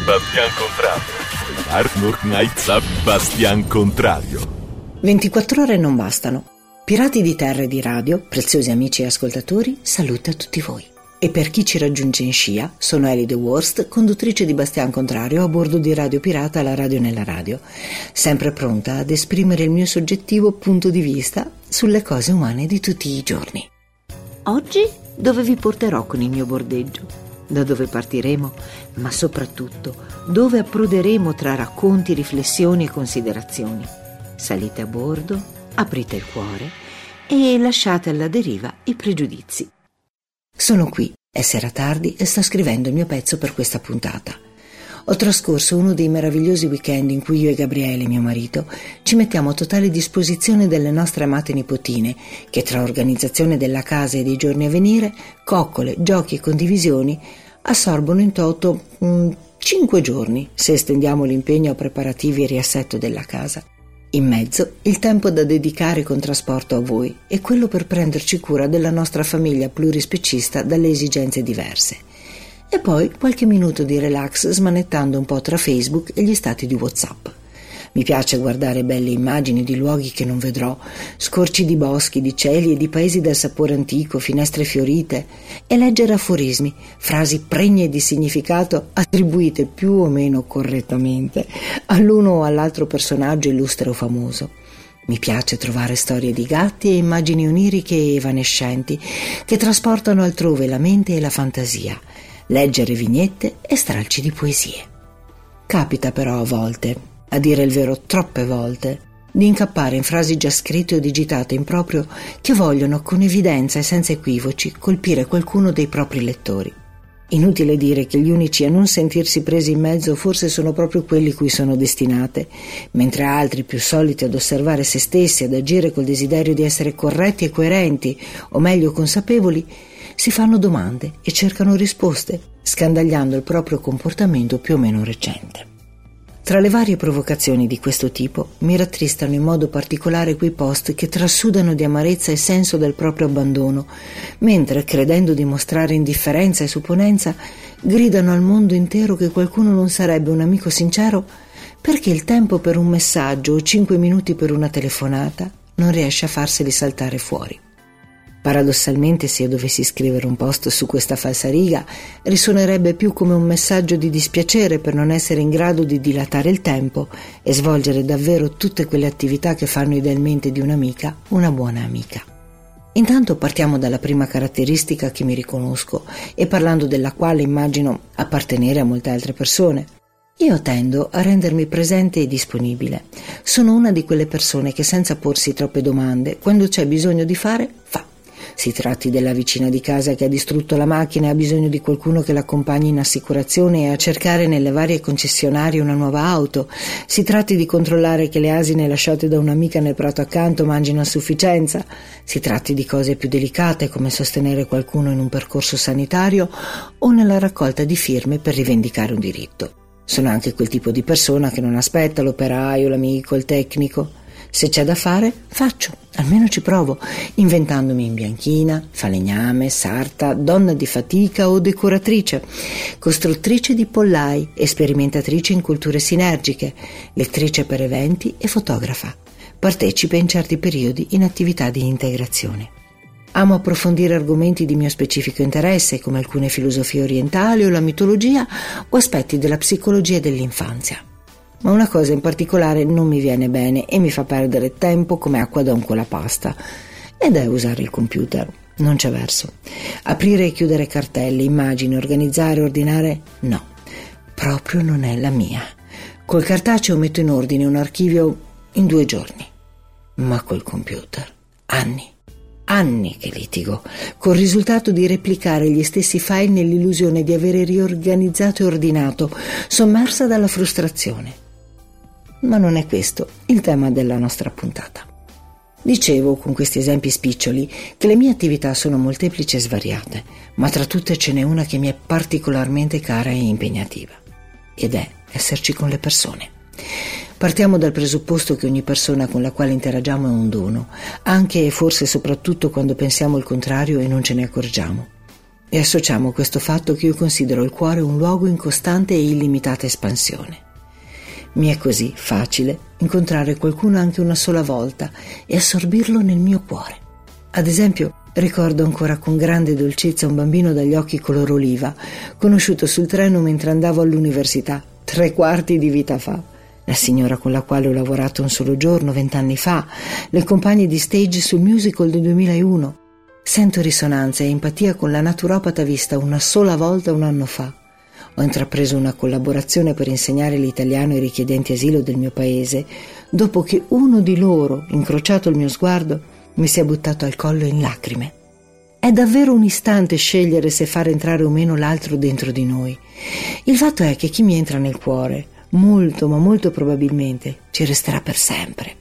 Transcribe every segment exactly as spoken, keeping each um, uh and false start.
Bastian Contrario. Arnold Knight Bastian Contrario. ventiquattro ore non bastano. Pirati di terra e di radio, preziosi amici e ascoltatori, salute a tutti voi. E per chi ci raggiunge in scia, sono Ellie The Worst, conduttrice di Bastian Contrario a bordo di Radio Pirata, la radio nella radio, sempre pronta ad esprimere il mio soggettivo punto di vista sulle cose umane di tutti i giorni. Oggi dove vi porterò con il mio bordeggio? Da dove partiremo? Ma soprattutto dove approderemo tra racconti, riflessioni e considerazioni? Salite a bordo, aprite il cuore e lasciate alla deriva i pregiudizi. Sono qui, è sera tardi e sto scrivendo il mio pezzo per questa puntata. Ho trascorso uno dei meravigliosi weekend in cui io e Gabriele, mio marito, ci mettiamo a totale disposizione delle nostre amate nipotine, che tra organizzazione della casa e dei giorni a venire, coccole, giochi e condivisioni, assorbono in toto mh, cinque giorni, se estendiamo l'impegno a preparativi e riassetto della casa. In mezzo il tempo da dedicare con trasporto a voi e quello per prenderci cura della nostra famiglia plurispecista dalle esigenze diverse. E poi qualche minuto di relax smanettando un po' tra Facebook e gli stati di WhatsApp. Mi piace guardare belle immagini di luoghi che non vedrò, scorci di boschi, di cieli e di paesi dal sapore antico, finestre fiorite, e leggere aforismi, frasi pregne di significato attribuite più o meno correttamente all'uno o all'altro personaggio illustre o famoso. Mi piace trovare storie di gatti e immagini oniriche e evanescenti che trasportano altrove la mente e la fantasia, leggere vignette e stralci di poesie. Capita però a volte, a dire il vero troppe volte, di incappare in frasi già scritte o digitate in proprio che vogliono con evidenza e senza equivoci colpire qualcuno dei propri lettori. Inutile dire che gli unici a non sentirsi presi in mezzo forse sono proprio quelli cui sono destinate, mentre altri, più soliti ad osservare se stessi, ad agire col desiderio di essere corretti e coerenti, o meglio consapevoli, si fanno domande e cercano risposte, scandagliando il proprio comportamento più o meno recente. Tra le varie provocazioni di questo tipo mi rattristano in modo particolare quei post che trasudano di amarezza e senso del proprio abbandono, mentre, credendo di mostrare indifferenza e supponenza, gridano al mondo intero che qualcuno non sarebbe un amico sincero perché il tempo per un messaggio o cinque minuti per una telefonata non riesce a farseli saltare fuori. Paradossalmente, se io dovessi scrivere un post su questa falsariga, risuonerebbe più come un messaggio di dispiacere per non essere in grado di dilatare il tempo e svolgere davvero tutte quelle attività che fanno idealmente di un'amica una buona amica. Intanto partiamo dalla prima caratteristica che mi riconosco e parlando della quale immagino appartenere a molte altre persone. Io tendo a rendermi presente e disponibile. Sono una di quelle persone che senza porsi troppe domande, quando c'è bisogno di fare, fa. Si tratti della vicina di casa che ha distrutto la macchina e ha bisogno di qualcuno che l'accompagni in assicurazione e a cercare nelle varie concessionarie una nuova auto. Si tratti di controllare che le asine lasciate da un'amica nel prato accanto mangino a sufficienza. Si tratti di cose più delicate come sostenere qualcuno in un percorso sanitario o nella raccolta di firme per rivendicare un diritto. Sono anche quel tipo di persona che non aspetta l'operaio, l'amico, il tecnico. Se c'è da fare, faccio, almeno ci provo, inventandomi in bianchina, falegname, sarta, donna di fatica o decoratrice, costruttrice di pollai, sperimentatrice in culture sinergiche, lettrice per eventi e fotografa. Partecipe in certi periodi in attività di integrazione. Amo approfondire argomenti di mio specifico interesse, come alcune filosofie orientali o la mitologia o aspetti della psicologia e dell'infanzia. Ma una cosa in particolare non mi viene bene e mi fa perdere tempo come acqua da un colapasta, ed è usare il computer. Non c'è verso. Aprire e chiudere cartelle, immagini, organizzare, ordinare, no. Proprio non è la mia. Col cartaceo metto in ordine un archivio in due giorni. Ma col computer, anni. Anni che litigo, col risultato di replicare gli stessi file nell'illusione di avere riorganizzato e ordinato, sommersa dalla frustrazione. Ma non è questo il tema della nostra puntata. Dicevo, con questi esempi spiccioli, che le mie attività sono molteplici e svariate, ma tra tutte ce n'è una che mi è particolarmente cara e impegnativa, ed è esserci con le persone. Partiamo dal presupposto che ogni persona con la quale interagiamo è un dono, anche e forse soprattutto quando pensiamo il contrario e non ce ne accorgiamo. e associamo questo fatto che io considero il cuore un luogo in costante e illimitata espansione. Mi è così facile incontrare qualcuno anche una sola volta e assorbirlo nel mio cuore. Ad esempio, ricordo ancora con grande dolcezza un bambino dagli occhi color oliva, conosciuto sul treno mentre andavo all'università, tre quarti di vita fa. La signora con la quale ho lavorato un solo giorno, vent'anni fa, le compagne di stage sul musical del duemilauno. Sento risonanza e empatia con la naturopata vista una sola volta un anno fa. Ho intrapreso una collaborazione per insegnare l'italiano ai richiedenti asilo del mio paese, dopo che uno di loro, incrociato il mio sguardo, mi si è buttato al collo in lacrime. È davvero un istante scegliere se far entrare o meno l'altro dentro di noi. Il fatto è che chi mi entra nel cuore, molto ma molto probabilmente, ci resterà per sempre.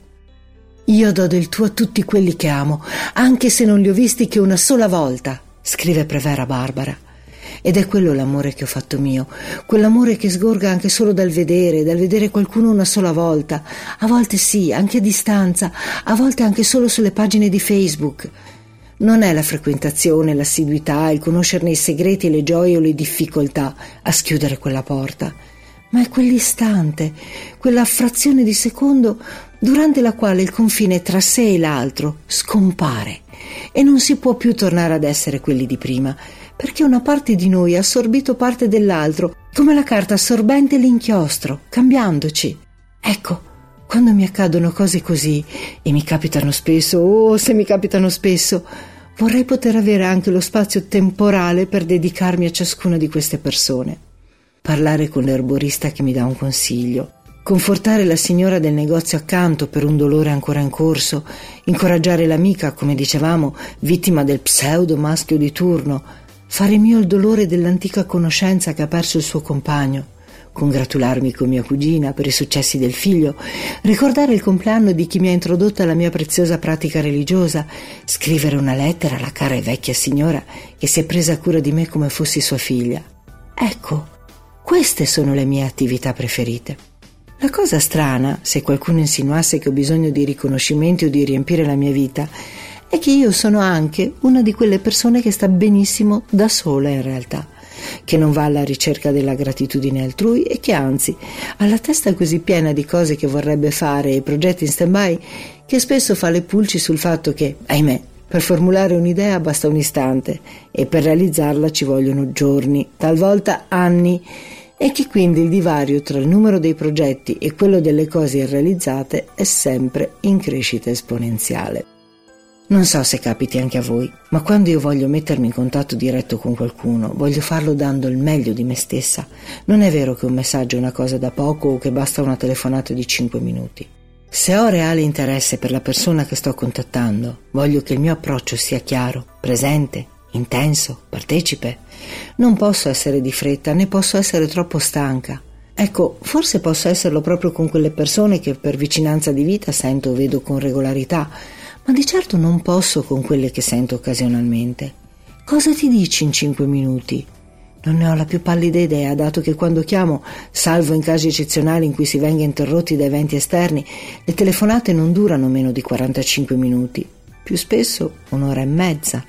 Io do del tuo a tutti quelli che amo, anche se non li ho visti che una sola volta, scrive Prevera Barbara. Ed è quello l'amore che ho fatto mio, quell'amore che sgorga anche solo dal vedere, dal vedere qualcuno una sola volta, a volte sì, anche a distanza, a volte anche solo sulle pagine di Facebook. Non è la frequentazione, l'assiduità, il conoscerne i segreti, le gioie o le difficoltà a schiudere quella porta, ma è quell'istante, quella frazione di secondo durante la quale il confine tra sé e l'altro scompare e non si può più tornare ad essere quelli di prima, perché una parte di noi ha assorbito parte dell'altro, come la carta assorbente l'inchiostro, cambiandoci. Ecco, quando mi accadono cose così, e mi capitano spesso, oh se mi capitano spesso, vorrei poter avere anche lo spazio temporale per dedicarmi a ciascuna di queste persone. Parlare con l'erborista che mi dà un consiglio, confortare la signora del negozio accanto per un dolore ancora in corso, incoraggiare l'amica, come dicevamo, vittima del pseudo maschio di turno, fare mio il dolore dell'antica conoscenza che ha perso il suo compagno, congratularmi con mia cugina per i successi del figlio, ricordare il compleanno di chi mi ha introdotta alla mia preziosa pratica religiosa, scrivere una lettera alla cara e vecchia signora che si è presa cura di me come fossi sua figlia. Ecco, queste sono le mie attività preferite. La cosa strana, se qualcuno insinuasse che ho bisogno di riconoscimenti o di riempire la mia vita, è che io sono anche una di quelle persone che sta benissimo da sola in realtà, che non va alla ricerca della gratitudine altrui e che anzi ha la testa così piena di cose che vorrebbe fare e progetti in stand-by che spesso fa le pulci sul fatto che, ahimè, per formulare un'idea basta un istante e per realizzarla ci vogliono giorni, talvolta anni, e che quindi il divario tra il numero dei progetti e quello delle cose irrealizzate è sempre in crescita esponenziale. Non so se capiti anche a voi, ma quando io voglio mettermi in contatto diretto con qualcuno, voglio farlo dando il meglio di me stessa. Non è vero che un messaggio è una cosa da poco o che basta una telefonata di cinque minuti. Se ho reale interesse per la persona che sto contattando, voglio che il mio approccio sia chiaro, presente, intenso, partecipe. Non posso essere di fretta, né posso essere troppo stanca. Ecco, forse posso esserlo proprio con quelle persone che per vicinanza di vita sento o vedo con regolarità, ma di certo non posso con quelle che sento occasionalmente. Cosa ti dici in cinque minuti? Non ne ho la più pallida idea, dato che quando chiamo, salvo in casi eccezionali in cui si venga interrotti da eventi esterni, le telefonate non durano meno di quarantacinque minuti, più spesso un'ora e mezza.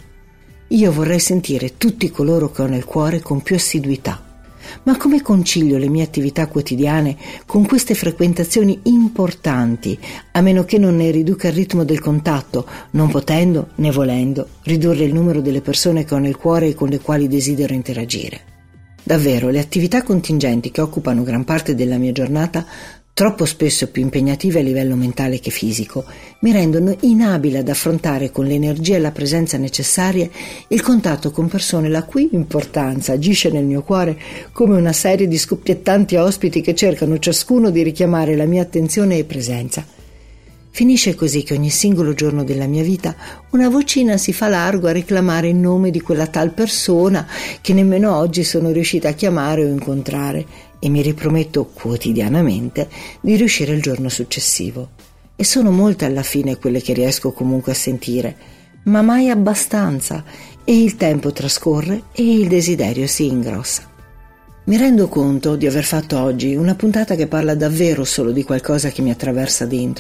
Io vorrei sentire tutti coloro che ho nel cuore con più assiduità. Ma come concilio le mie attività quotidiane con queste frequentazioni importanti, a meno che non ne riduca il ritmo del contatto, non potendo, né volendo, ridurre il numero delle persone che ho nel cuore e con le quali desidero interagire? Davvero, le attività contingenti che occupano gran parte della mia giornata, troppo spesso più impegnative a livello mentale che fisico, mi rendono inabile ad affrontare con l'energia e la presenza necessarie il contatto con persone la cui importanza agisce nel mio cuore come una serie di scoppiettanti ospiti che cercano ciascuno di richiamare la mia attenzione e presenza. Finisce così che ogni singolo giorno della mia vita una vocina si fa largo a reclamare il nome di quella tal persona che nemmeno oggi sono riuscita a chiamare o incontrare, e mi riprometto quotidianamente di riuscire il giorno successivo. E sono molte alla fine quelle che riesco comunque a sentire, ma mai abbastanza, e il tempo trascorre e il desiderio si ingrossa. Mi rendo conto di aver fatto oggi una puntata che parla davvero solo di qualcosa che mi attraversa dentro,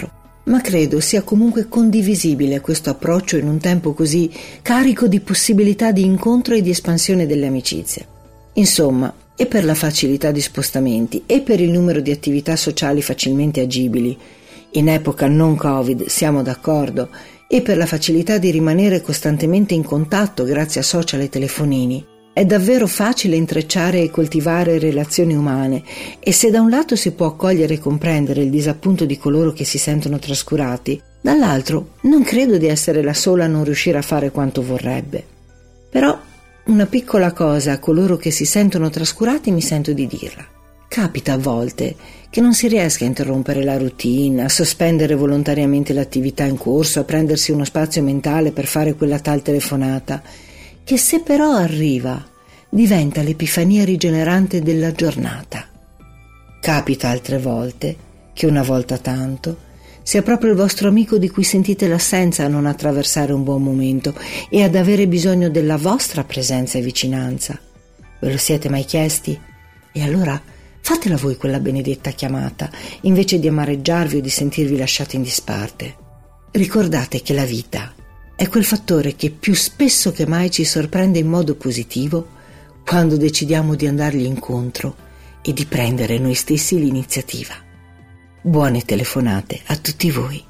ma credo sia comunque condivisibile questo approccio in un tempo così carico di possibilità di incontro e di espansione delle amicizie. Insomma, e per la facilità di spostamenti e per il numero di attività sociali facilmente agibili, in epoca non Covid siamo d'accordo, e per la facilità di rimanere costantemente in contatto grazie a social e telefonini, è davvero facile intrecciare e coltivare relazioni umane, e se da un lato si può accogliere e comprendere il disappunto di coloro che si sentono trascurati, dall'altro non credo di essere la sola a non riuscire a fare quanto vorrebbe. Però una piccola cosa a coloro che si sentono trascurati mi sento di dirla. Capita a volte che non si riesca a interrompere la routine, a sospendere volontariamente l'attività in corso, a prendersi uno spazio mentale per fare quella tal telefonata, che se però arriva diventa l'epifania rigenerante della giornata. Capita altre volte che una volta tanto sia proprio il vostro amico di cui sentite l'assenza a non attraversare un buon momento e ad avere bisogno della vostra presenza e vicinanza. Ve lo siete mai chiesti? E allora fatela voi quella benedetta chiamata, invece di amareggiarvi o di sentirvi lasciati in disparte. Ricordate che la vita è quel fattore che più spesso che mai ci sorprende in modo positivo quando decidiamo di andargli incontro e di prendere noi stessi l'iniziativa. Buone telefonate a tutti voi.